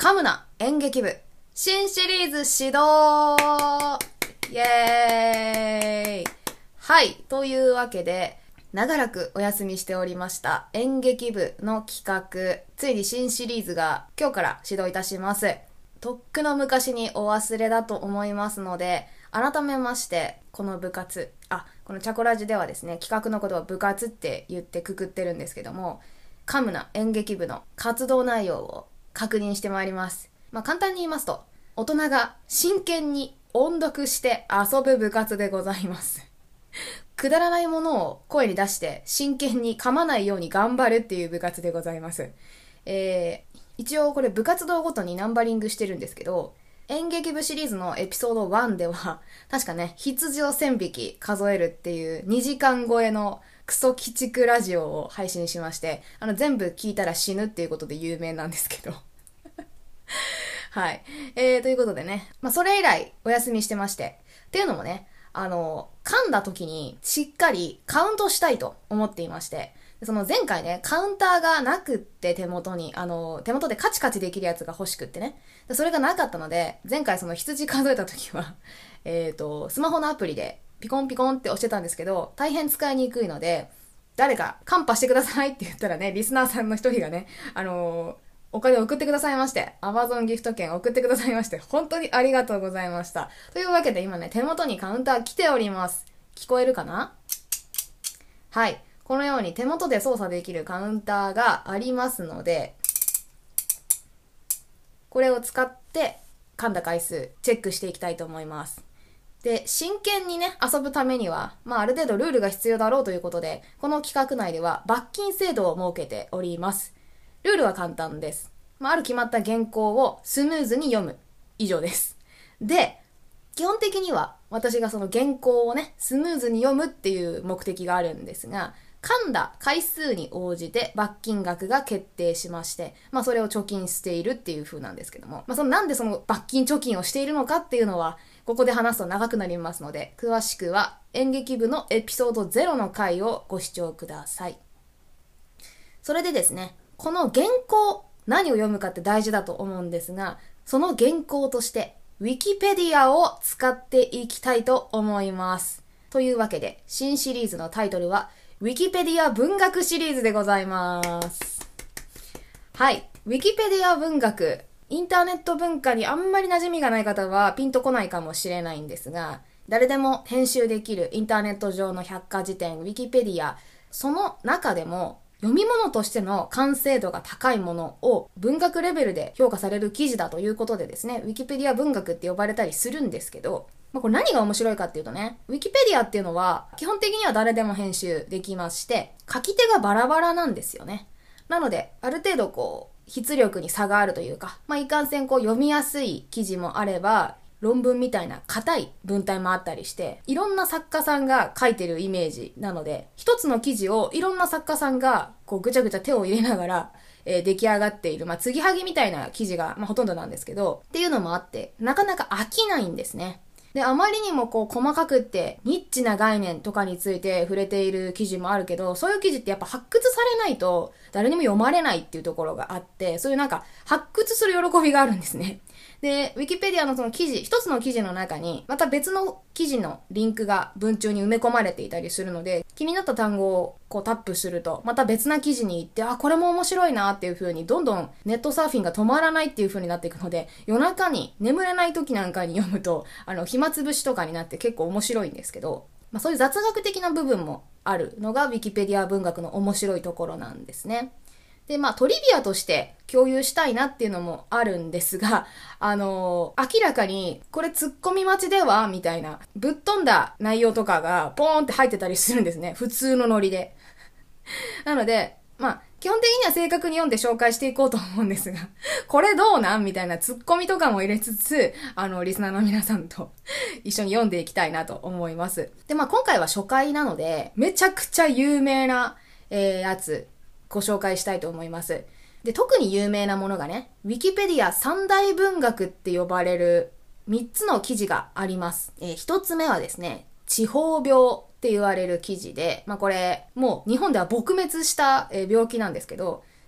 カムナ演劇部新シリーズ始動イエーイ。はい、というわけで長らくお休みしておりました演劇部の企画、ついに新シリーズが今日から始動いたします。とっくの昔にお忘れだと思いますので、改めましてこの部活、このチャコラジではですね、企画のことは部活って言ってくくってるんですけども、カムナ演劇部の活動内容を確認してまいります。簡単に言いますと、大人が真剣に音読して遊ぶ部活でございます。くだらないものを声に出して真剣に噛まないように頑張るっていう部活でございます。一応これ部活動ごとにナンバリングしてるんですけど、演劇部シリーズのエピソード1では確かね、羊を1000匹数えるっていう2時間超えのクソ鬼畜ラジオを配信しまして、全部聞いたら死ぬっていうことで有名なんですけどはい、ということでね、それ以来お休みしてまして、っていうのもね、噛んだ時にしっかりカウントしたいと思っていまして、その前回ね、カウンターがなくって手元に、手元でカチカチできるやつが欲しくってね。それがなかったので、前回その羊数えた時は、スマホのアプリでピコンピコンって押してたんですけど、大変使いにくいので、誰かカンパしてくださいって言ったらね、リスナーさんの一人がね、お金を送ってくださいまして、Amazon ギフト券送ってくださいまして、本当にありがとうございました。というわけで今ね、手元にカウンター来ております。聞こえるかな？はい。このように手元で操作できるカウンターがありますので、これを使って噛んだ回数チェックしていきたいと思います。で、真剣にね、遊ぶためには、ある程度ルールが必要だろうということで、この企画内では罰金制度を設けております。ルールは簡単です。ある決まった原稿をスムーズに読む。以上です。で、基本的には私がその原稿をね、スムーズに読むっていう目的があるんですが、噛んだ回数に応じて罰金額が決定しまして、それを貯金しているっていう風なんですけども、なんでその罰金貯金をしているのかっていうのは、ここで話すと長くなりますので、詳しくは演劇部のエピソード0の回をご視聴ください。それでですね、この原稿、何を読むかって大事だと思うんですが、その原稿として、ウィキペディアを使っていきたいと思います。というわけで、新シリーズのタイトルは、ウィキペディア文学シリーズでございます。はい。ウィキペディア文学。インターネット文化にあんまり馴染みがない方はピンとこないかもしれないんですが、誰でも編集できるインターネット上の百科事典、ウィキペディア、その中でも読み物としての完成度が高いものを文学レベルで評価される記事だということでですね、ウィキペディア文学って呼ばれたりするんですけど、これ何が面白いかっていうとね、ウィキペディアっていうのは基本的には誰でも編集できまして、書き手がバラバラなんですよね。なので、ある程度筆力に差があるというか、いかんせん読みやすい記事もあれば、論文みたいな硬い文体もあったりして、いろんな作家さんが書いてるイメージなので、一つの記事をいろんな作家さんがぐちゃぐちゃ手を入れながら、出来上がっている、継ぎはぎみたいな記事が、ほとんどなんですけど、っていうのもあって、なかなか飽きないんですね。で、あまりにも細かくってニッチな概念とかについて触れている記事もあるけど、そういう記事ってやっぱ発掘されないと誰にも読まれないっていうところがあって、そういう発掘する喜びがあるんですね。で、ウィキペディアのその記事、一つの記事の中にまた別の記事のリンクが文中に埋め込まれていたりするので、気になった単語をタップすると、また別な記事に行って、これも面白いなっていう風にどんどんネットサーフィンが止まらないっていう風になっていくので、夜中に眠れない時なんかに読むと、暇つぶしとかになって結構面白いんですけど、そういう雑学的な部分もあるのがウィキペディア文学の面白いところなんですね。で、トリビアとして共有したいなっていうのもあるんですが、明らかに、これ突っ込み待ちではみたいな、ぶっ飛んだ内容とかがポーンって入ってたりするんですね。普通のノリで。なので、基本的には正確に読んで紹介していこうと思うんですが、これどうなんみたいな突っ込みとかも入れつつ、リスナーの皆さんと一緒に読んでいきたいなと思います。で、今回は初回なので、めちゃくちゃ有名な、やつ、ご紹介したいと思います。で、特に有名なものがね、ウィキペディア三大文学って呼ばれる3つの記事があります。1つ目はですね、痴呆病って言われる記事で、これもう日本では撲滅した病気なんですけど、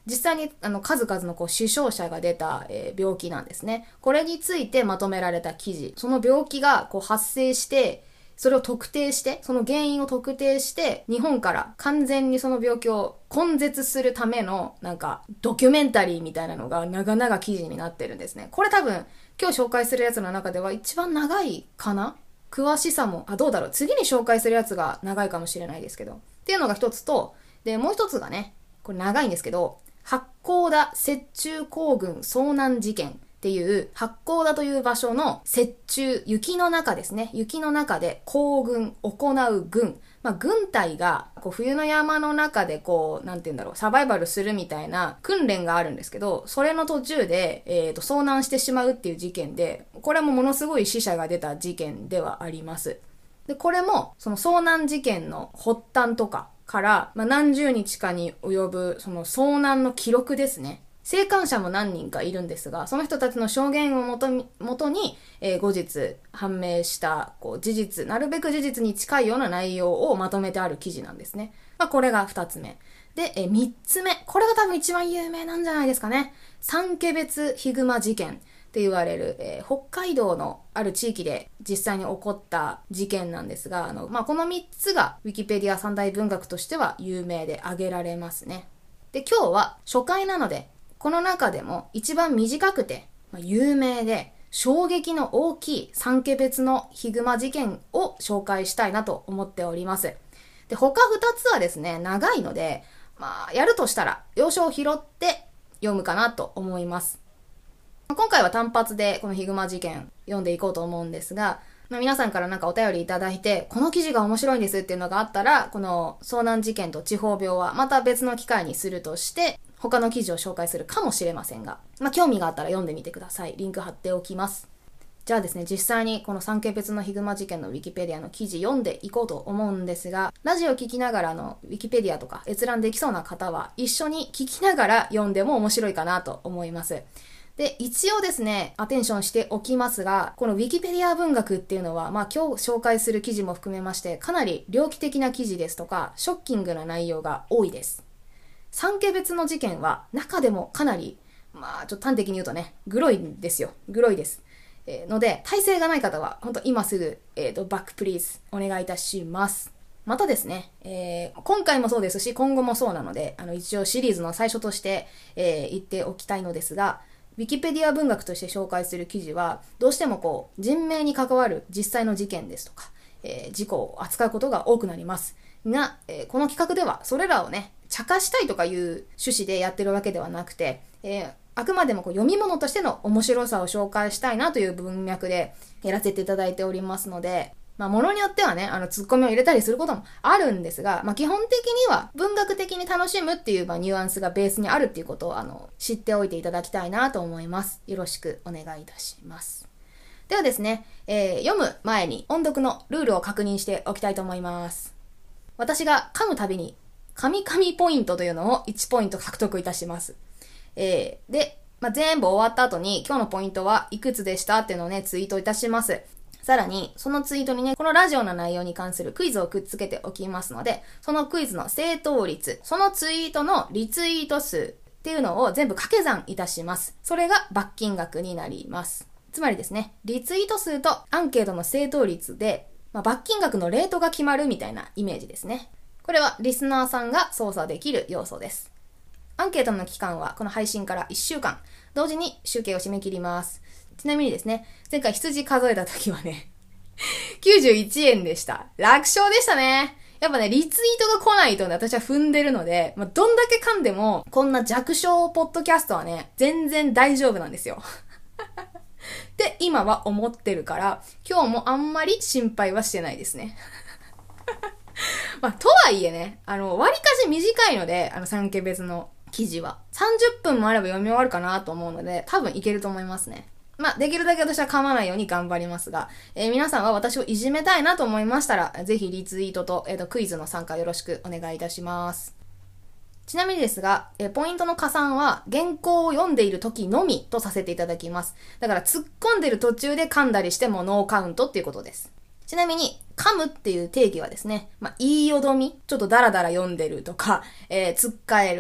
実際に数々の死傷者が出た、病気なんですね。これについてまとめられた記事。その病気が発生して、それを特定して、その原因を特定して、日本から完全にその病気を根絶するための、ドキュメンタリーみたいなのが長々記事になってるんですね。これ多分、今日紹介するやつの中では一番長いかな？詳しさも、どうだろう。次に紹介するやつが長いかもしれないですけど。っていうのが一つと、で、もう一つがね、これ長いんですけど、八甲田雪中行軍遭難事件っていう八甲田という場所の雪中、雪の中ですね。雪の中で行軍、行う軍。軍隊が冬の山の中でサバイバルするみたいな訓練があるんですけど、それの途中で、遭難してしまうっていう事件で、これもものすごい死者が出た事件ではあります。で、これもその遭難事件の発端とかから、何十日かに及ぶその遭難の記録ですね。生還者も何人かいるんですが、その人たちの証言をもとに、後日判明した事実、なるべく事実に近いような内容をまとめてある記事なんですね。これが二つ目。で、三つ目。これが多分一番有名なんじゃないですかね。三毛別ヒグマ事件って言われる、北海道のある地域で実際に起こった事件なんですが、この三つがウィキペディア三大文学としては有名で挙げられますね。で、今日は初回なので、この中でも一番短くて、有名で衝撃の大きい三毛別のヒグマ事件を紹介したいなと思っております。で、他二つはですね、長いので、やるとしたら要所を拾って読むかなと思います。今回は単発でこのヒグマ事件読んでいこうと思うんですが、皆さんからお便りいただいて、この記事が面白いんですっていうのがあったら、この遭難事件と地方病はまた別の機会にするとして、他の記事を紹介するかもしれませんが、興味があったら読んでみてください。リンク貼っておきます。じゃあですね、実際にこの三毛別のヒグマ事件のウィキペディアの記事読んでいこうと思うんですが、ラジオ聞きながらウィキペディアとか閲覧できそうな方は一緒に聞きながら読んでも面白いかなと思います。で、一応ですね、アテンションしておきますが、このウィキペディア文学っていうのは、今日紹介する記事も含めまして、かなり猟奇的な記事ですとか、ショッキングな内容が多いです。三毛別の事件は、中でもかなり、ちょっと端的に言うとね、グロいんですよ。グロいです。ので、耐性がない方は、本当今すぐ、バックプリーズ、お願いいたします。またですね、今回もそうですし、今後もそうなので、一応シリーズの最初として、言っておきたいのですが、ウィキペディア文学として紹介する記事は、どうしても人命に関わる実際の事件ですとか、事故を扱うことが多くなりますが、この企画ではそれらをね、茶化したいとかいう趣旨でやってるわけではなくて、あくまでも読み物としての面白さを紹介したいなという文脈でやらせていただいておりますので、ものによってはね、ツッコミを入れたりすることもあるんですが、基本的には文学的に楽しむっていう、ニュアンスがベースにあるっていうことを、知っておいていただきたいなと思います。よろしくお願いいたします。ではですね、読む前に音読のルールを確認しておきたいと思います。私が噛むたびに、神々ポイントというのを1ポイント獲得いたします。で、全部終わった後に今日のポイントはいくつでしたっていうのをね、ツイートいたします。さらに、そのツイートにね、このラジオの内容に関するクイズをくっつけておきますので、そのクイズの正答率、そのツイートのリツイート数っていうのを全部掛け算いたします。それが罰金額になります。つまりですね、リツイート数とアンケートの正答率で、罰金額のレートが決まるみたいなイメージですね。これはリスナーさんが操作できる要素です。アンケートの期間はこの配信から1週間、同時に集計を締め切ります。ちなみにですね、前回羊数えた時はね、91円でした。楽勝でしたね。やっぱね、リツイートが来ないとね、私は踏んでるので、どんだけ噛んでも、こんな弱小ポッドキャストはね、全然大丈夫なんですよ。って今は思ってるから、今日もあんまり心配はしてないですね。とはいえね、割かし短いので、三毛別の記事は。30分もあれば読み終わるかなと思うので、多分いけると思いますね。できるだけ私は噛まないように頑張りますが、皆さんは私をいじめたいなと思いましたら、ぜひリツイートと、クイズの参加よろしくお願いいたします。ちなみにですが、ポイントの加算は原稿を読んでいる時のみとさせていただきます。だから突っ込んでる途中で噛んだりしてもノーカウントっていうことです。ちなみに、噛むっていう定義はですね、言いよどみ、ちょっとダラダラ読んでるとか、つっかえる、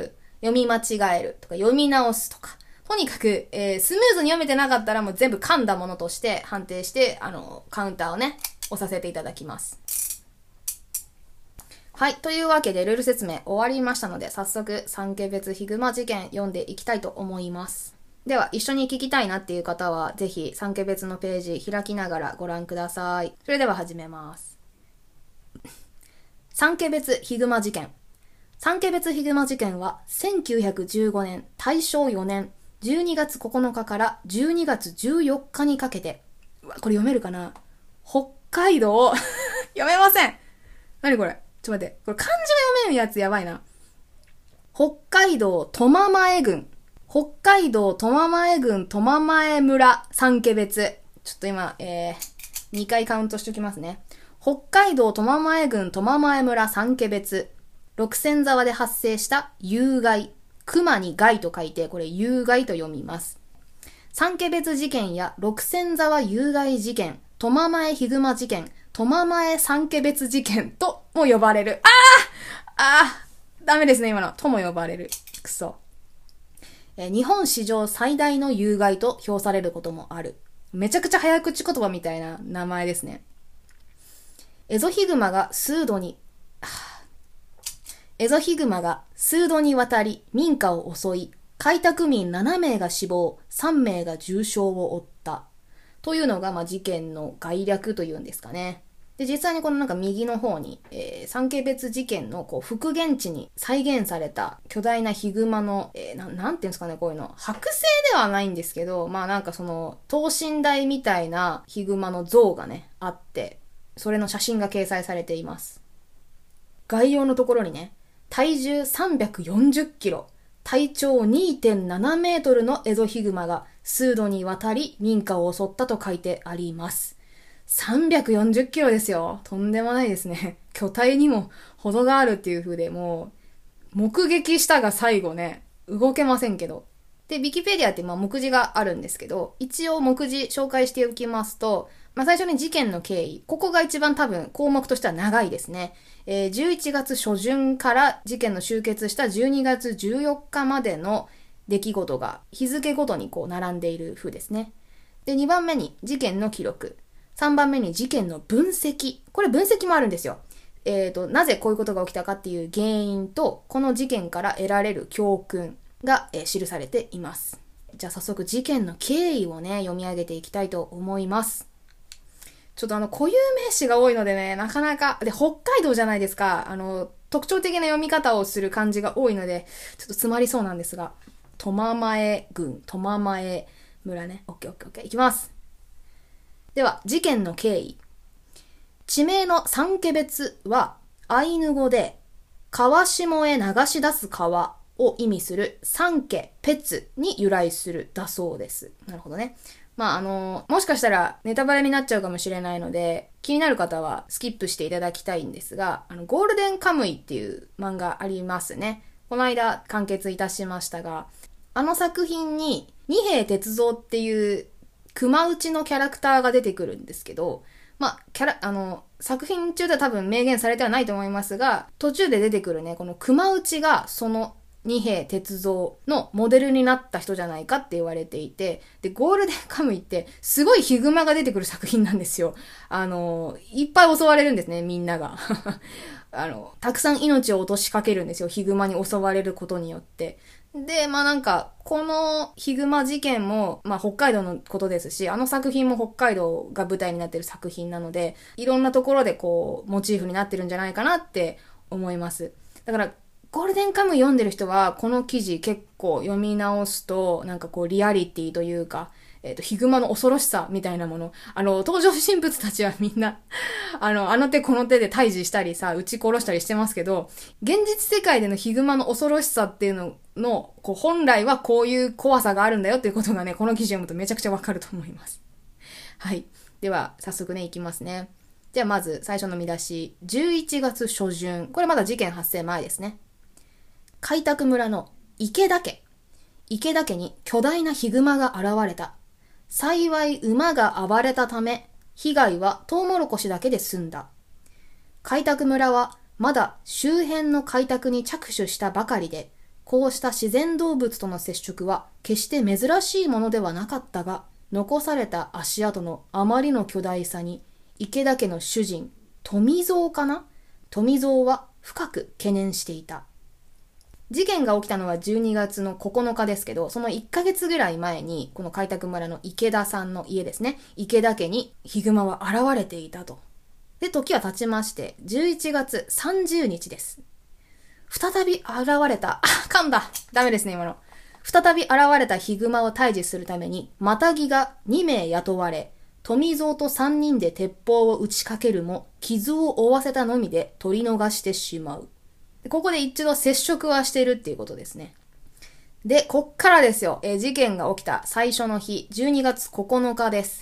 読み間違えるとか読み直すとか、とにかく、スムーズに読めてなかったらもう全部噛んだものとして判定して、カウンターをね、押させていただきます。はい。というわけで、ルール説明終わりましたので、早速、三家別ヒグマ事件読んでいきたいと思います。では、一緒に聞きたいなっていう方は、ぜひ、三家別のページ開きながらご覧ください。それでは始めます。三家別ヒグマ事件。三家別ヒグマ事件は、1915年、大正4年、12月9日から12月14日にかけて、これ読めるかな？北海道、読めません。何これ？ちょっと待って。これ漢字が読めるやつやばいな。北海道苫前郡。北海道苫前郡苫前村三家別。ちょっと今、2回カウントしておきますね。北海道苫前郡苫前村三家別。六線沢で発生した有害。熊に害と書いて、これ有害と読みます。三家別事件や六線沢有害事件、苫前ヒグマ事件、苫前三家別事件とも呼ばれる。ダメですね、今の。とも呼ばれる。くそ。日本史上最大の有害と評されることもある。めちゃくちゃ早口言葉みたいな名前ですね。エゾヒグマが数度にわたり民家を襲い、開拓民7名が死亡、3名が重傷を負った。というのが、事件の概略というんですかね。で、実際にこの右の方に、三家別事件の復元地に再現された巨大なヒグマの、なんていうんですかね、こういうの。剥製ではないんですけど、等身大みたいなヒグマの像がね、あって、それの写真が掲載されています。概要のところにね、体重340キロ、体長 2.7 メートルのエゾヒグマが数度にわたり民家を襲ったと書いてあります。340キロですよ。とんでもないですね。巨体にも程があるっていう風で、もう、目撃したが最後ね、動けませんけど。で、ウィキペディアって目次があるんですけど、一応目次紹介しておきますと、最初に事件の経緯。ここが一番多分項目としては長いですね。11月初旬から事件の終結した12月14日までの出来事が日付ごとに並んでいる風ですね。で、2番目に事件の記録。3番目に事件の分析。これ分析もあるんですよ。なぜこういうことが起きたかっていう原因と、この事件から得られる教訓が、記されています。じゃあ早速事件の経緯をね、読み上げていきたいと思います。ちょっと固有名詞が多いのでね、なかなか、で、北海道じゃないですか。特徴的な読み方をする漢字が多いので、ちょっと詰まりそうなんですが、苫前郡、苫前村ね。オッケー。いきます。では、事件の経緯。地名の三家別は、アイヌ語で、川下へ流し出す川を意味する三家別に由来するだそうです。なるほどね。もしかしたらネタバレになっちゃうかもしれないので、気になる方はスキップしていただきたいんですが、ゴールデンカムイっていう漫画ありますね。この間完結いたしましたが、あの作品に二兵鉄三っていう熊内のキャラクターが出てくるんですけど、作品中では多分明言されてはないと思いますが、途中で出てくるね、この熊内がその二兵鉄三のモデルになった人じゃないかって言われていて、で、ゴールデンカムイってすごいヒグマが出てくる作品なんですよ。いっぱい襲われるんですね、みんなが。たくさん命を落としかけるんですよ、ヒグマに襲われることによって。で、このヒグマ事件も、北海道のことですし、あの作品も北海道が舞台になってる作品なので、いろんなところでモチーフになってるんじゃないかなって思います。だから、ゴールデンカムイ読んでる人は、この記事結構読み直すと、リアリティというか、ヒグマの恐ろしさみたいなもの。登場人物たちはみんな、あの手この手で退治したりさ、撃ち殺したりしてますけど、現実世界でのヒグマの恐ろしさっていうの本来はこういう怖さがあるんだよっていうことがね、この記事読むとめちゃくちゃわかると思います。はい。では、早速ね、いきますね。じゃあまず、最初の見出し。11月初旬。これまだ事件発生前ですね。開拓村の池田家に巨大なヒグマが現れた。幸い馬が暴れたため、被害はトウモロコシだけで済んだ。開拓村はまだ周辺の開拓に着手したばかりで、 こうした自然動物との接触は決して珍しいものではなかったが、残された足跡のあまりの巨大さに、池田家の主人、富蔵は深く懸念していた。事件が起きたのは12月の9日ですけど、その1ヶ月ぐらい前に、この開拓村の池田さんの家ですね、池田家にヒグマは現れていたと。で、時は経ちまして、11月30日です。再び現れた、噛んだ。ダメですね、今の。再び現れたヒグマを退治するために、マタギが2名雇われ、富蔵と3人で鉄砲を打ちかけるも、傷を負わせたのみで取り逃してしまう。ここで一度接触はしてるっていうことですね。で、こっからですよ。事件が起きた最初の日、12月9日です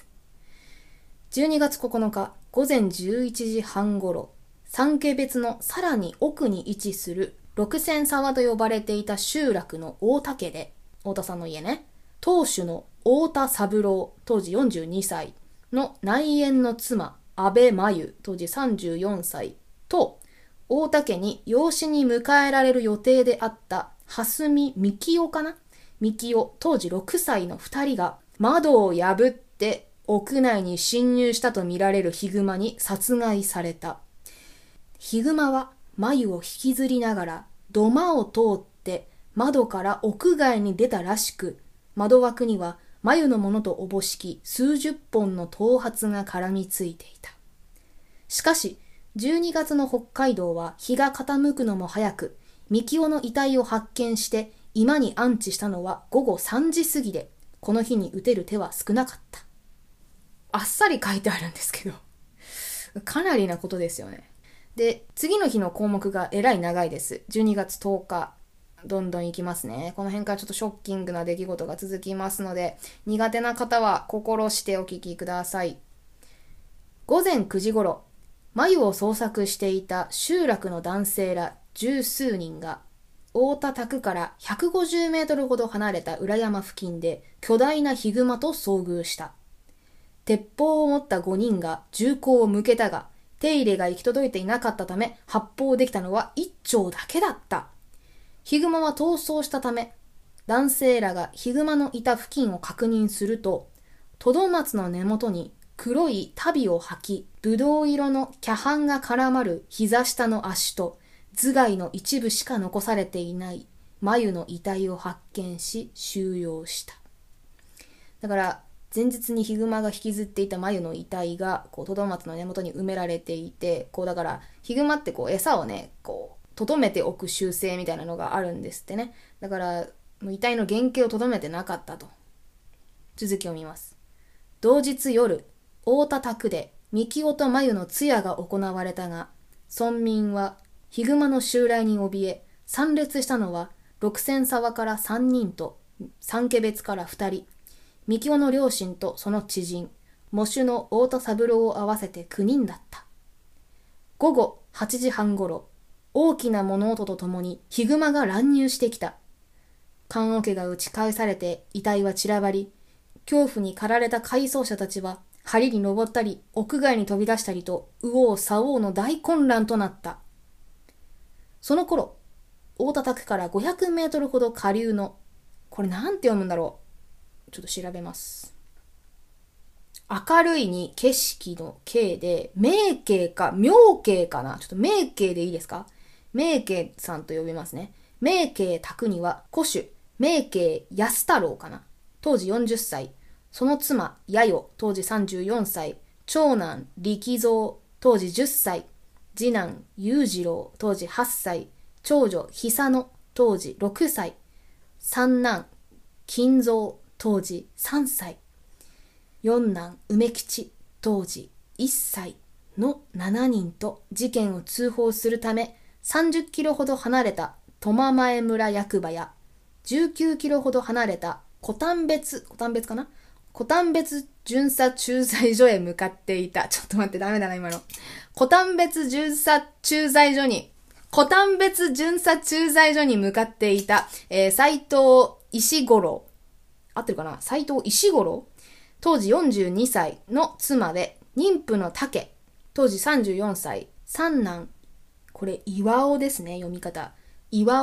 。12月9日、午前11時半頃、三家別のさらに奥に位置する六千沢と呼ばれていた集落の大田家で、大田さんの家ね、当主の大田三郎、当時42歳の内縁の妻、安倍真由、当時34歳と、大田家に養子に迎えられる予定であった蓮見幹夫かな、幹夫、当時6歳の2人が窓を破って屋内に侵入したとみられるヒグマに殺害された。ヒグマは繭を引きずりながら土間を通って窓から屋外に出たらしく、窓枠には繭のものとおぼしき数十本の頭髪が絡みついていた。しかし、12月の北海道は日が傾くのも早く、幹夫の遺体を発見して居間に安置したのは午後3時過ぎで、この日に打てる手は少なかった。あっさり書いてあるんですけど、かなりなことですよね。で、次の日の項目がえらい長いです。12月10日。どんどんいきますね。この辺からちょっとショッキングな出来事が続きますので、苦手な方は心してお聞きください。午前9時頃、繭を捜索していた集落の男性ら十数人が、大田宅から150メートルほど離れた裏山付近で巨大なヒグマと遭遇した。鉄砲を持った5人が銃口を向けたが、手入れが行き届いていなかったため、発砲できたのは1丁だけだった。ヒグマは逃走したため、男性らがヒグマのいた付近を確認すると、トドマツの根元に黒い足袋を履き、ぶどう色のキャハンが絡まる膝下の足と頭蓋の一部しか残されていない繭の遺体を発見し収容した。だから前日にヒグマが引きずっていた繭の遺体がトドマツの根元に埋められていて、だからヒグマって餌をね留めておく習性みたいなのがあるんですってね。だから遺体の原型を留めてなかったと。続きを見ます。同日夜、大田宅で幹夫と繭の通夜が行われたが、村民はヒグマの襲来に怯え、参列したのは六千沢から3人と三家別から2人、幹夫の両親とその知人、喪主の大田三郎を合わせて9人だった。午後8時半ごろ、大きな物音とともにヒグマが乱入してきた。棺桶が打ち返されて遺体は散らばり、恐怖に駆られた回想者たちは梁に登ったり屋外に飛び出したりと右往左往の大混乱となった。その頃、大田宅から500メートルほど下流の、これなんて読むんだろう。ちょっと調べます。明るいに景色の景で、明景か明景かな。ちょっと明景でいいですか？明景さんと呼びますね。明景宅には戸主、明景安太郎かな。当時40歳。その妻、八代、当時34歳。長男、力蔵、当時10歳。次男、裕次郎、当時8歳。長女、久野、当時6歳。三男、金蔵、当時3歳。四男、梅吉、当時1歳の7人と事件を通報するため、30キロほど離れた苫前村役場や、19キロほど離れた小丹別かな？小丹別巡査駐在所へ向かっていた。ちょっと待って、ダメだな、今の。小丹別巡査駐在所に向かっていた、斉藤石五郎。合ってるかな？斉藤石五郎？当時42歳の妻で、妊婦の竹。当時34歳。三男。これ、岩尾ですね、読み方。岩尾。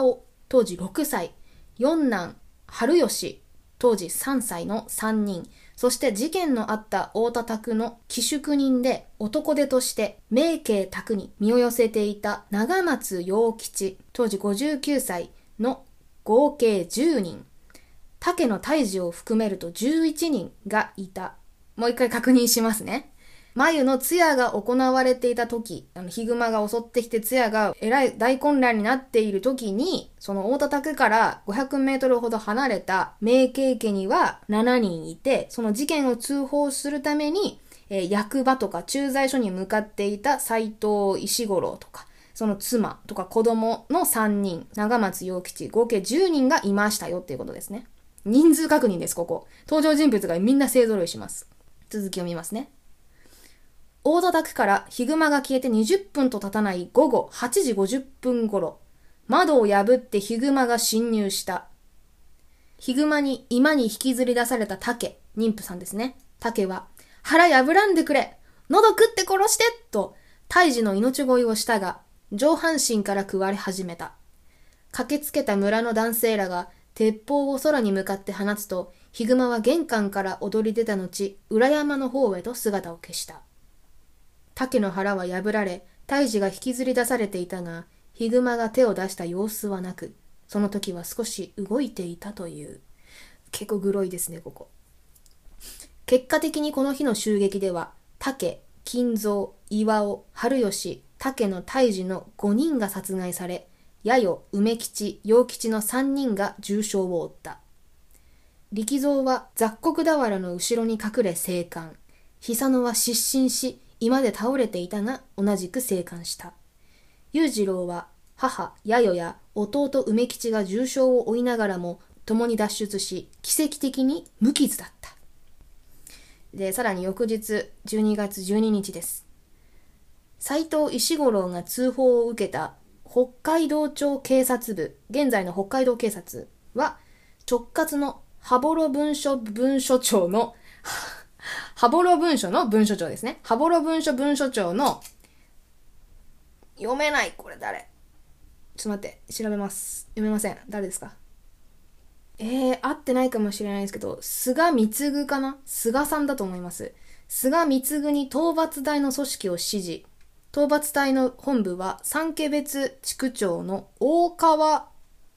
当時6歳、四男、春吉、当時3歳の3人、そして事件のあった太田宅の寄宿人で男手として名家宅に身を寄せていた長松洋吉、当時59歳の合計10人、竹の胎児を含めると11人がいた。もう一回確認しますね。眉の通夜が行われていた時、ヒグマが襲ってきて通夜がえらい大混乱になっている時に、その太田宅から500メートルほど離れた名家家には7人いて、その事件を通報するために、役場とか駐在所に向かっていた斎藤石五郎とか、その妻とか子供の3人、長松洋吉、合計10人がいましたよっていうことですね。人数確認です、ここ。登場人物がみんな勢揃いします。続きを見ますね。大田宅からヒグマが消えて20分と経たない午後8時50分頃、窓を破ってヒグマが侵入した。ヒグマに居間に引きずり出された竹、妊婦さんですね。竹は、腹破らんでくれ、喉食って殺してと、胎児の命乞いをしたが、上半身から食われ始めた。駆けつけた村の男性らが、鉄砲を空に向かって放つと、ヒグマは玄関から踊り出た後、裏山の方へと姿を消した。竹の腹は破られ、胎児が引きずり出されていたが、ヒグマが手を出した様子はなく、その時は少し動いていたという。結構グロいですね、ここ。結果的にこの日の襲撃では、竹、金蔵、岩尾、春吉、竹の胎児の5人が殺害され、八代、梅吉、陽吉の3人が重傷を負った。力蔵は雑穀俵の後ろに隠れ生還。久野は失神し、居間で倒れていたが同じく生還した。裕次郎は母、八代や弟梅吉が重傷を負いながらも共に脱出し、奇跡的に無傷だった。で、さらに翌日12月12日です。斎藤石五郎が通報を受けた北海道庁警察部、現在の北海道警察は直轄の羽幌文書文書庁の羽幌文書の文書庁ですね。羽幌文書文書庁の読めない、これ誰？ちょっと待って、調べます。読めません。誰ですか？合ってないかもしれないですけど、菅貢かな？菅さんだと思います。菅貢に討伐隊の組織を指示。討伐隊の本部は三家別地区長の大川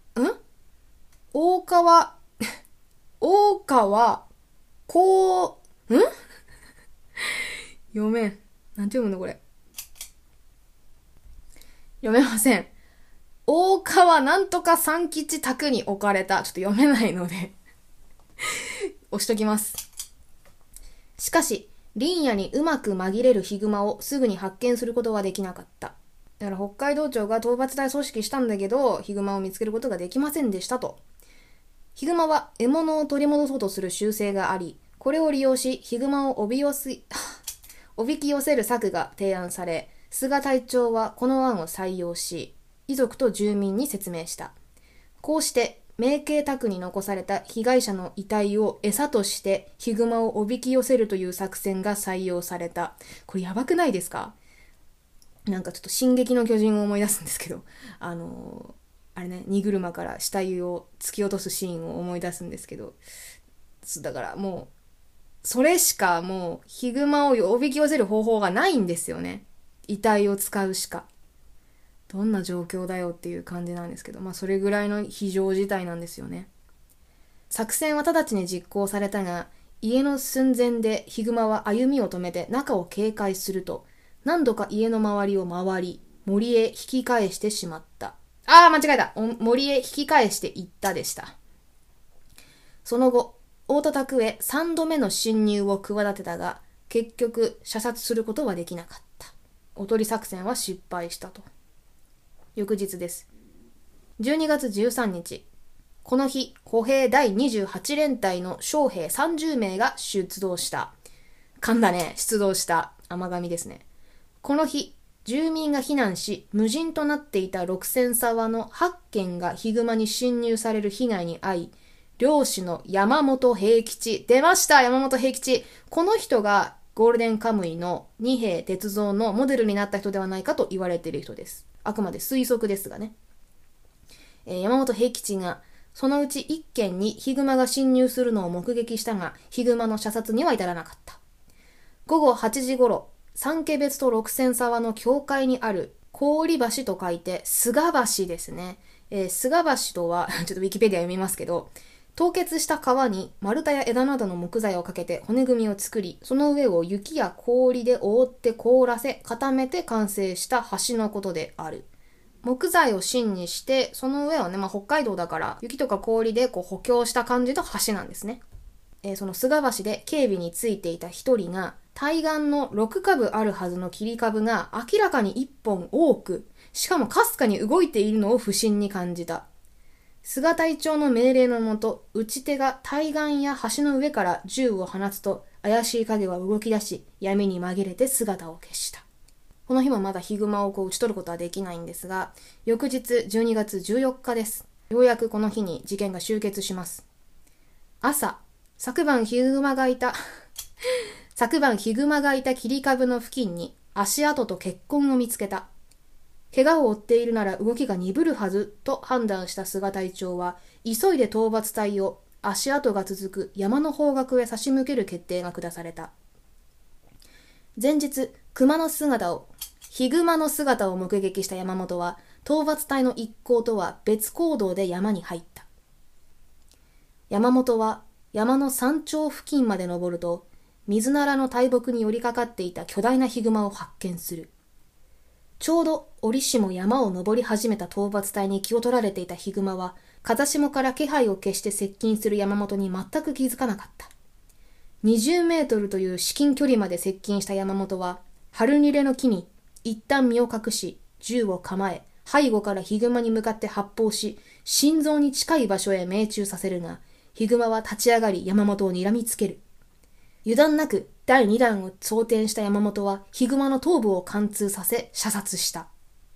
読めん。なんて読むのこれ。読めません。大川なんとか三吉宅に置かれた。ちょっと読めないので押しときます。しかし、林野にうまく紛れるヒグマをすぐに発見することはできなかった。だから北海道庁が討伐隊組織したんだけど、ヒグマを見つけることができませんでしたと。ヒグマは獲物を取り戻そうとする習性があり、これを利用し、ヒグマをおびき寄せる策が提案され、菅隊長はこの案を採用し、遺族と住民に説明した。こうして、名家宅に残された被害者の遺体を餌としてヒグマをおびき寄せるという作戦が採用された。これやばくないですか？なんかちょっと進撃の巨人を思い出すんですけど、あれね、荷車から死体を突き落とすシーンを思い出すんですけど、だからもう、それしかもうヒグマをおびき寄せる方法がないんですよね。遺体を使うしか。どんな状況だよっていう感じなんですけど、それぐらいの非常事態なんですよね。作戦は直ちに実行されたが、家の寸前でヒグマは歩みを止めて中を警戒すると、何度か家の周りを回り、森へ引き返してしまった。間違えた。森へ引き返していったでした。その後、大田宅へ3度目の侵入を企てたが、結局射殺することはできなかった。おとり作戦は失敗したと。翌日です。12月13日。この日、歩兵第28連隊の将兵30名が出動した。噛んだね。出動した。甘噛みですね。この日、住民が避難し、無人となっていた6000沢の8軒がヒグマに侵入される被害に遭い、漁師の山本平吉。出ました、山本平吉。この人がゴールデンカムイの二兵鉄三のモデルになった人ではないかと言われている人です。あくまで推測ですがね。 山本平吉が、そのうち1軒にヒグマが侵入するのを目撃したが、ヒグマの射殺には至らなかった。午後8時ごろ、三家別と六千沢の境界にある氷橋と書いて菅橋ですね。菅橋とはちょっとウィキペディア読みますけど、凍結した川に丸太や枝などの木材をかけて骨組みを作り、その上を雪や氷で覆って凍らせ固めて完成した橋のことである。木材を芯にして、その上をね、北海道だから雪とか氷で補強した感じの橋なんですね。その菅橋で警備についていた一人が、対岸の6株あるはずの切り株が明らかに1本多く、しかもかすかに動いているのを不審に感じた。菅隊長の命令のもと、撃ち手が対岸や橋の上から銃を放つと、怪しい影は動き出し、闇に紛れて姿を消した。この日もまだヒグマを撃ち取ることはできないんですが、翌日12月14日です。ようやくこの日に事件が終結します。朝、昨晩ヒグマがいた切り株の付近に足跡と血痕を見つけた。怪我を負っているなら動きが鈍るはずと判断した菅隊長は、急いで討伐隊を足跡が続く山の方角へ差し向ける決定が下された。前日、ヒグマの姿を目撃した山本は、討伐隊の一行とは別行動で山に入った。山本は山の山頂付近まで登ると、水ならの大木に寄りかかっていた巨大なヒグマを発見する。ちょうど折しも山を登り始めた討伐隊に気を取られていたヒグマは、風下から気配を消して接近する山本に全く気づかなかった。20メートルという至近距離まで接近した山本は、春にれの木に一旦身を隠し、銃を構え、背後からヒグマに向かって発砲し、心臓に近い場所へ命中させるが、ヒグマは立ち上がり山本を睨みつける。油断なく第2弾を装填した山本はヒグマの頭部を貫通させ射殺した。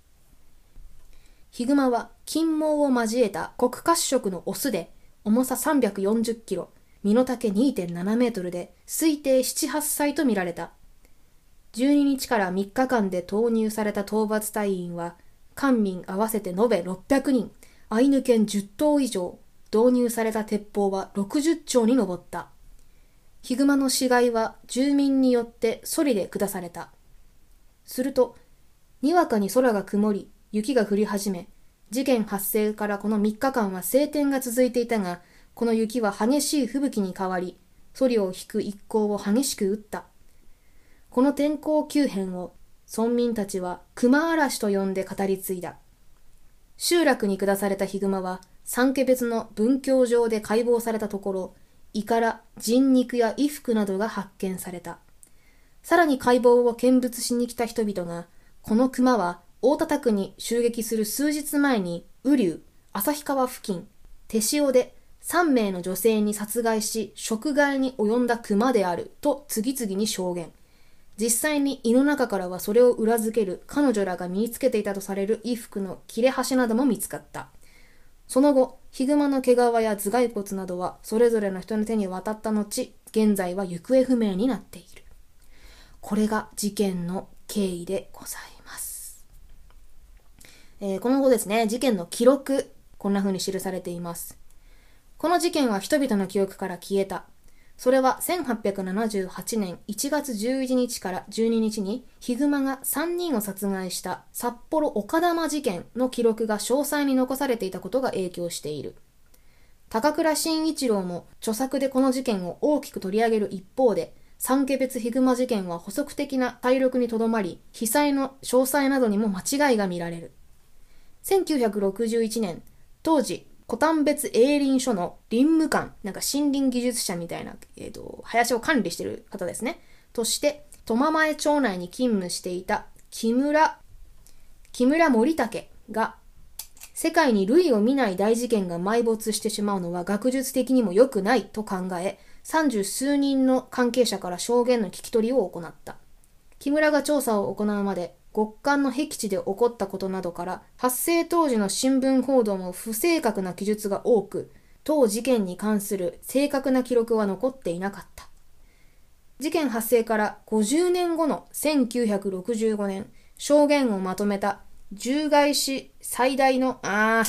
ヒグマは金毛を交えた黒褐色のオスで、重さ340キロ、身の丈 2.7 メートルで推定7、8歳とみられた。12日から3日間で投入された討伐隊員は、官民合わせて延べ600人、アイヌ犬10頭以上、導入された鉄砲は60丁に上った。ヒグマの死骸は住民によってソリで下された。すると、にわかに空が曇り、雪が降り始め、事件発生からこの3日間は晴天が続いていたが、この雪は激しい吹雪に変わり、ソリを引く一行を激しく打った。この天候急変を村民たちは熊嵐と呼んで語り継いだ。集落に下されたヒグマは三家別の分教場で解剖されたところ、胃から人肉や衣服などが発見された。さらに解剖を見物しに来た人々が、この熊は大田区に襲撃する数日前に雨竜、旭川付近、手塩で3名の女性に殺害し食害に及んだ熊であると次々に証言。実際に胃の中からはそれを裏付ける彼女らが身につけていたとされる衣服の切れ端なども見つかった。その後、ヒグマの毛皮や頭蓋骨などはそれぞれの人の手に渡った後、現在は行方不明になっている。これが事件の経緯でございます。この後ですね、事件の記録、こんな風に記されています。この事件は人々の記憶から消えた。それは1878年1月11日から12日にヒグマが3人を殺害した札幌丘珠事件の記録が詳細に残されていたことが影響している。高倉慎一郎も著作でこの事件を大きく取り上げる一方で、三家別ヒグマ事件は補足的な体録にとどまり、被災の詳細などにも間違いが見られる。1961年、当時、古丹別営林署の林務官、なんか森林技術者みたいな、林を管理している方ですね。として、苫前町内に勤務していた木村森武が、世界に類を見ない大事件が埋没してしまうのは学術的にも良くないと考え、30数人の関係者から証言の聞き取りを行った。木村が調査を行うまで、極寒の僻地で起こったことなどから発生当時の新聞報道も不正確な記述が多く、当事件に関する正確な記録は残っていなかった。事件発生から50年後の1965年、証言をまとめた獣害史最大の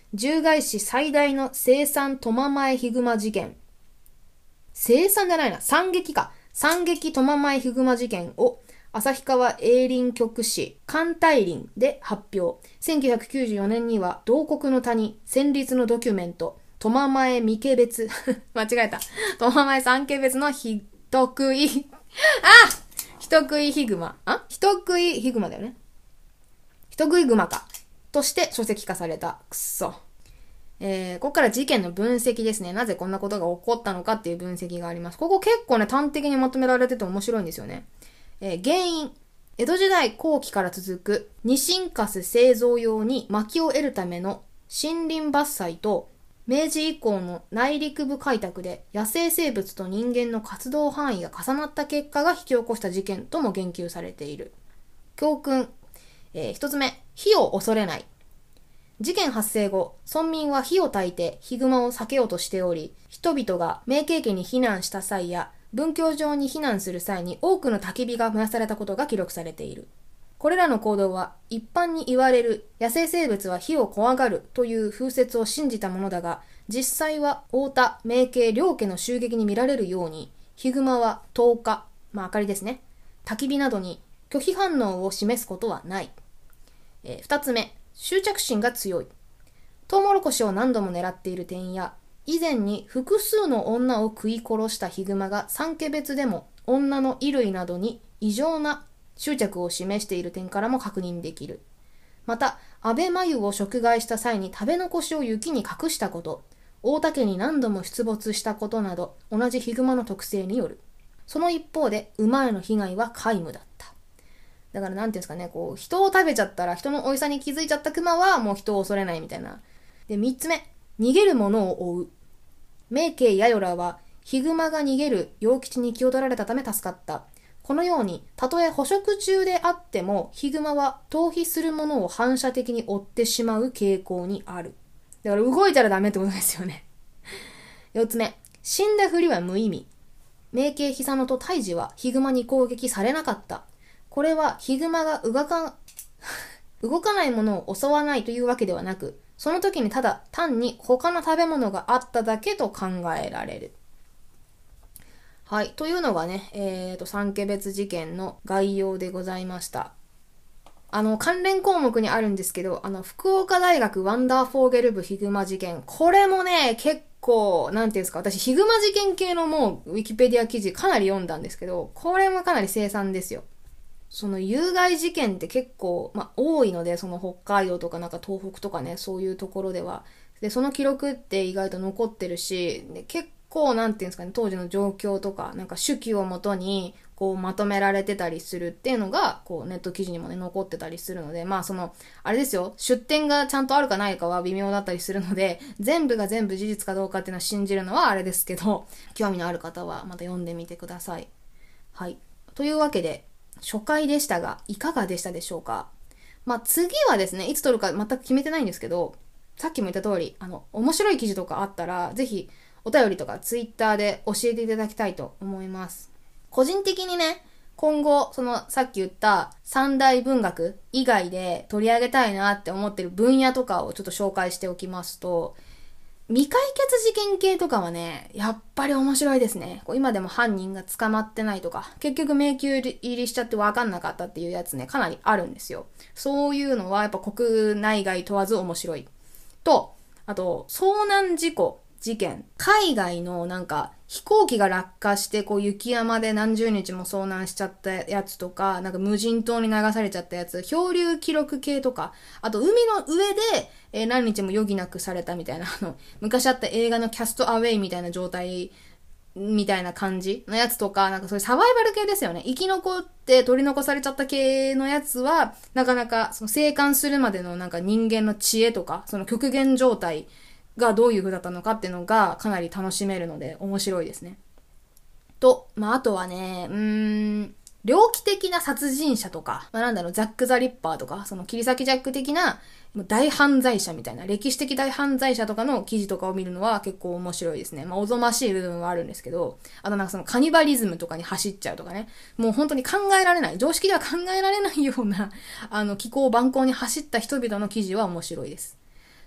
獣害史最大の生産トママエヒグマ事件。生産じゃないな。惨劇か。惨劇トママエヒグマ事件を旭川営林局誌環太林で発表。1994年には同国の谷戦慄のドキュメントトママエ三毛別間違えた。トママエ三毛別の人食い人食いヒグマ人食いヒグマだよね。人食いグマかとして書籍化された。くっそ。ここから事件の分析ですね。なぜこんなことが起こったのかっていう分析があります。ここ結構ね、端的にまとめられてて面白いんですよね。原因。江戸時代後期から続くニシンカス製造用に薪を得るための森林伐採と明治以降の内陸部開拓で野生生物と人間の活動範囲が重なった結果が引き起こした事件とも言及されている。教訓。一つ目、火を恐れない。事件発生後、村民は火を焚いてヒグマを避けようとしており、人々が明慶家に避難した際や、文教場に避難する際に多くの焚き火が燃やされたことが記録されている。これらの行動は一般に言われる野生生物は火を怖がるという風説を信じたものだが、実際は太田、明慶両家の襲撃に見られるように、ヒグマは灯火、明かりですね、焚き火などに拒否反応を示すことはない。二つ目、執着心が強い。トウモロコシを何度も狙っている点や、以前に複数の女を食い殺したヒグマが三家別でも女の衣類などに異常な執着を示している点からも確認できる。また、安倍麻由を食害した際に食べ残しを雪に隠したこと、大田家に何度も出没したことなど、同じヒグマの特性による。その一方で、馬への被害は皆無だった。だからなんていうんですかね、こう、人を食べちゃったら、人の美味しさに気づいちゃったクマはもう人を恐れないみたいな。で、三つ目、逃げる者を追う。明慶やよらは、ヒグマが逃げる陽吉に気を取られたため助かった。このように、たとえ捕食中であっても、ヒグマは逃避するものを反射的に追ってしまう傾向にある。だから動いたらダメってことですよね。四つ目、死んだふりは無意味。明慶久野と泰治はヒグマに攻撃されなかった。これはヒグマが動かないものを襲わないというわけではなく、その時にただ単に他の食べ物があっただけと考えられる。はい。というのがね、三家別事件の概要でございました。関連項目にあるんですけど、福岡大学ワンダーフォーゲル部ヒグマ事件。これもね、結構、なんていうんですか、私ヒグマ事件系のもうウィキペディア記事かなり読んだんですけど、これもかなり凄惨ですよ。その有害事件って結構、多いので、その北海道とかなんか東北とかね、そういうところでは。で、その記録って意外と残ってるし、で結構なんていうんですかね、当時の状況とか、なんか手記をもとに、こうまとめられてたりするっていうのが、こうネット記事にもね、残ってたりするので、あれですよ、出典がちゃんとあるかないかは微妙だったりするので、全部が全部事実かどうかっていうのは信じるのはあれですけど、興味のある方はまた読んでみてください。はい。というわけで、初回でしたが、いかがでしたでしょうか。次はですね、いつ撮るか全く決めてないんですけど、さっきも言った通り、面白い記事とかあったら、ぜひ、お便りとかツイッターで教えていただきたいと思います。個人的にね、今後、さっき言った三大文学以外で取り上げたいなって思ってる分野とかをちょっと紹介しておきますと、未解決事件系とかはね、やっぱり面白いですね。今でも犯人が捕まってないとか、結局迷宮入りしちゃって分かんなかったっていうやつね、かなりあるんですよ。そういうのはやっぱ国内外問わず面白い。と、あと、遭難事故、事件。海外のなんか飛行機が落下して雪山で何十日も遭難しちゃったやつとか、なんか無人島に流されちゃったやつ、漂流記録系とか、あと海の上で、何日も余儀なくされたみたいな、昔あった映画のキャストアウェイみたいな状態みたいな感じのやつとか、なんかそういうサバイバル系ですよね。生き残って取り残されちゃった系のやつは、なかなか生還するまでのなんか人間の知恵とか、その極限状態がどういう風だったのかっていうのがかなり楽しめるので面白いですね。と、あとはね、猟奇的な殺人者とか、ザック・ザ・リッパーとか、切り裂きジャック的な大犯罪者みたいな、歴史的大犯罪者とかの記事とかを見るのは結構面白いですね。おぞましい部分はあるんですけど、あとカニバリズムとかに走っちゃうとかね、もう本当に考えられない、常識では考えられないような、気候蛮行に走った人々の記事は面白いです。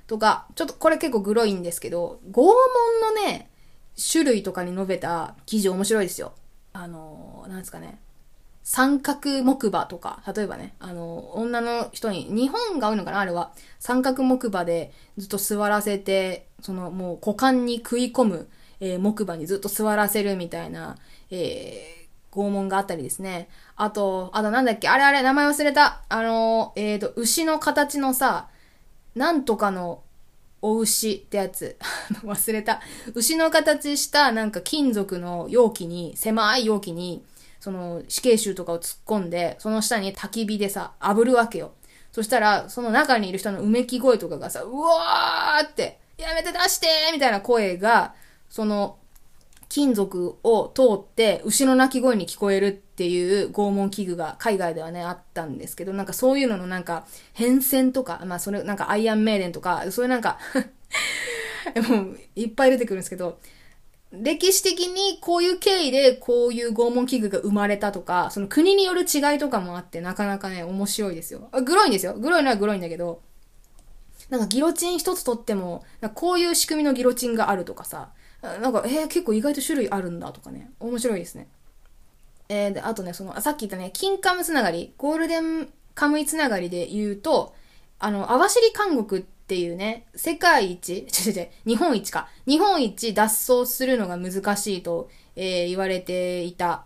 とか、ちょっとこれ結構グロいんですけど、拷問のね、種類とかに述べた記事面白いですよ。なんですかね。三角木馬とか、例えばね、女の人に、日本が多いのかなあれは。三角木馬でずっと座らせて、もう股間に食い込む、木馬にずっと座らせるみたいな、拷問があったりですね。あとなんだっけ、あれ、名前忘れた。牛の形のさ、なんとかのお牛ってやつ。忘れた。牛の形したなんか金属の容器に、狭い容器に、死刑囚とかを突っ込んで、その下に焚き火でさ、炙るわけよ。そしたら、その中にいる人のうめき声とかがさ、うわーって、やめて出してみたいな声が、金属を通って牛の鳴き声に聞こえるっていう拷問器具が海外ではね、あったんですけど、なんかそういうののなんか変遷とか、まあそれなんかアイアンメイデンとか、そういうなんかもういっぱい出てくるんですけど、歴史的にこういう経緯でこういう拷問器具が生まれたとか、その国による違いとかもあってなかなかね、面白いですよ。グロいんですよ。グロいのはグロいんだけど、なんかギロチン一つとっても、こういう仕組みのギロチンがあるとかさ、なんか、結構意外と種類あるんだとかね、面白いですね。で、あとね、さっき言ったね、金カムつながり、ゴールデンカムイつながりで言うと、網走監獄っていうね、世界一、日本一か。日本一脱走するのが難しいと、言われていた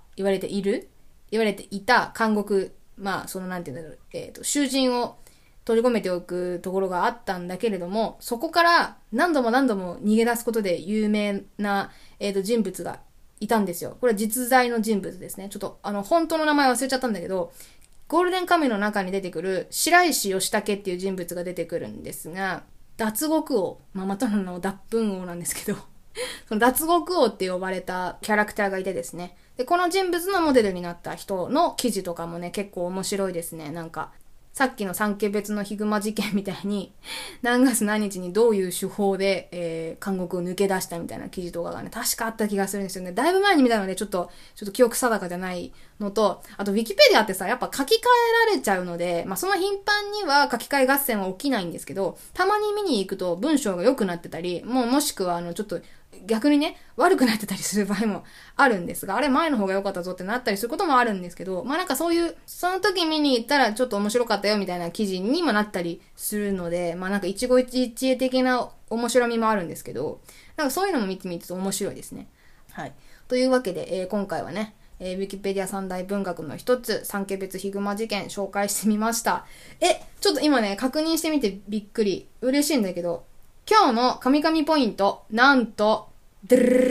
監獄、まあ、なんていうんだろう、囚人を閉じ込めておくところがあったんだけれども、そこから何度も何度も逃げ出すことで有名な、人物がいたんですよ。これは実在の人物ですね。ちょっと、本当の名前忘れちゃったんだけど、ゴールデンカムイの中に出てくる白石義武っていう人物が出てくるんですが、脱獄王、またの脱粉王なんですけど、その脱獄王って呼ばれたキャラクターがいてですね。で、この人物のモデルになった人の記事とかもね、結構面白いですね。なんか、さっきの三家別のヒグマ事件みたいに、何月何日にどういう手法で、監獄を抜け出したみたいな記事とかがね、確かあった気がするんですよね。だいぶ前に見たので、ちょっと記憶定かじゃないのと、あと、ウィキペディアってさ、やっぱ書き換えられちゃうので、まあ、その頻繁には書き換え合戦は起きないんですけど、たまに見に行くと文章が良くなってたり、もしくは、ちょっと、逆にね、悪くなってたりする場合もあるんですが、あれ前の方が良かったぞってなったりすることもあるんですけど、まあなんかそういう、その時見に行ったらちょっと面白かったよみたいな記事にもなったりするので、まあなんか一期一会的な面白みもあるんですけど、なんかそういうのも見てみると面白いですね。はい。というわけで、今回はね、ウィキペディア三大文学の一つ、三家別ヒグマ事件紹介してみました。ちょっと今ね、確認してみてびっくり。嬉しいんだけど、今日の神々ポイント、なんと、た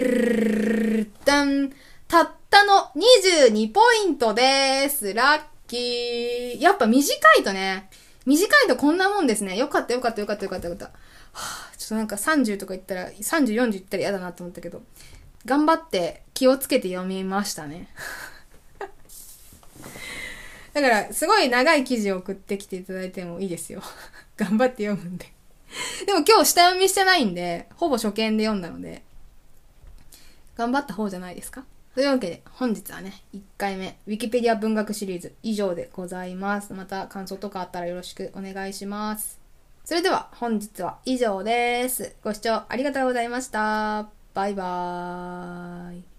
ったの22ポイントです。ラッキー。やっぱ短いとこんなもんですね。よかった。はぁ、ちょっとなんか30とか言ったら、30、40言ったら嫌だなと思ったけど、頑張って気をつけて読みましたね。だから、すごい長い記事を送ってきていただいてもいいですよ。頑張って読むんで。でも今日下読みしてないんで、ほぼ初見で読んだので、頑張った方じゃないですか。というわけで、本日はね、1回目、ウィキペディア文学シリーズ以上でございます。また感想とかあったらよろしくお願いします。それでは本日は以上です。ご視聴ありがとうございました。バイバーイ。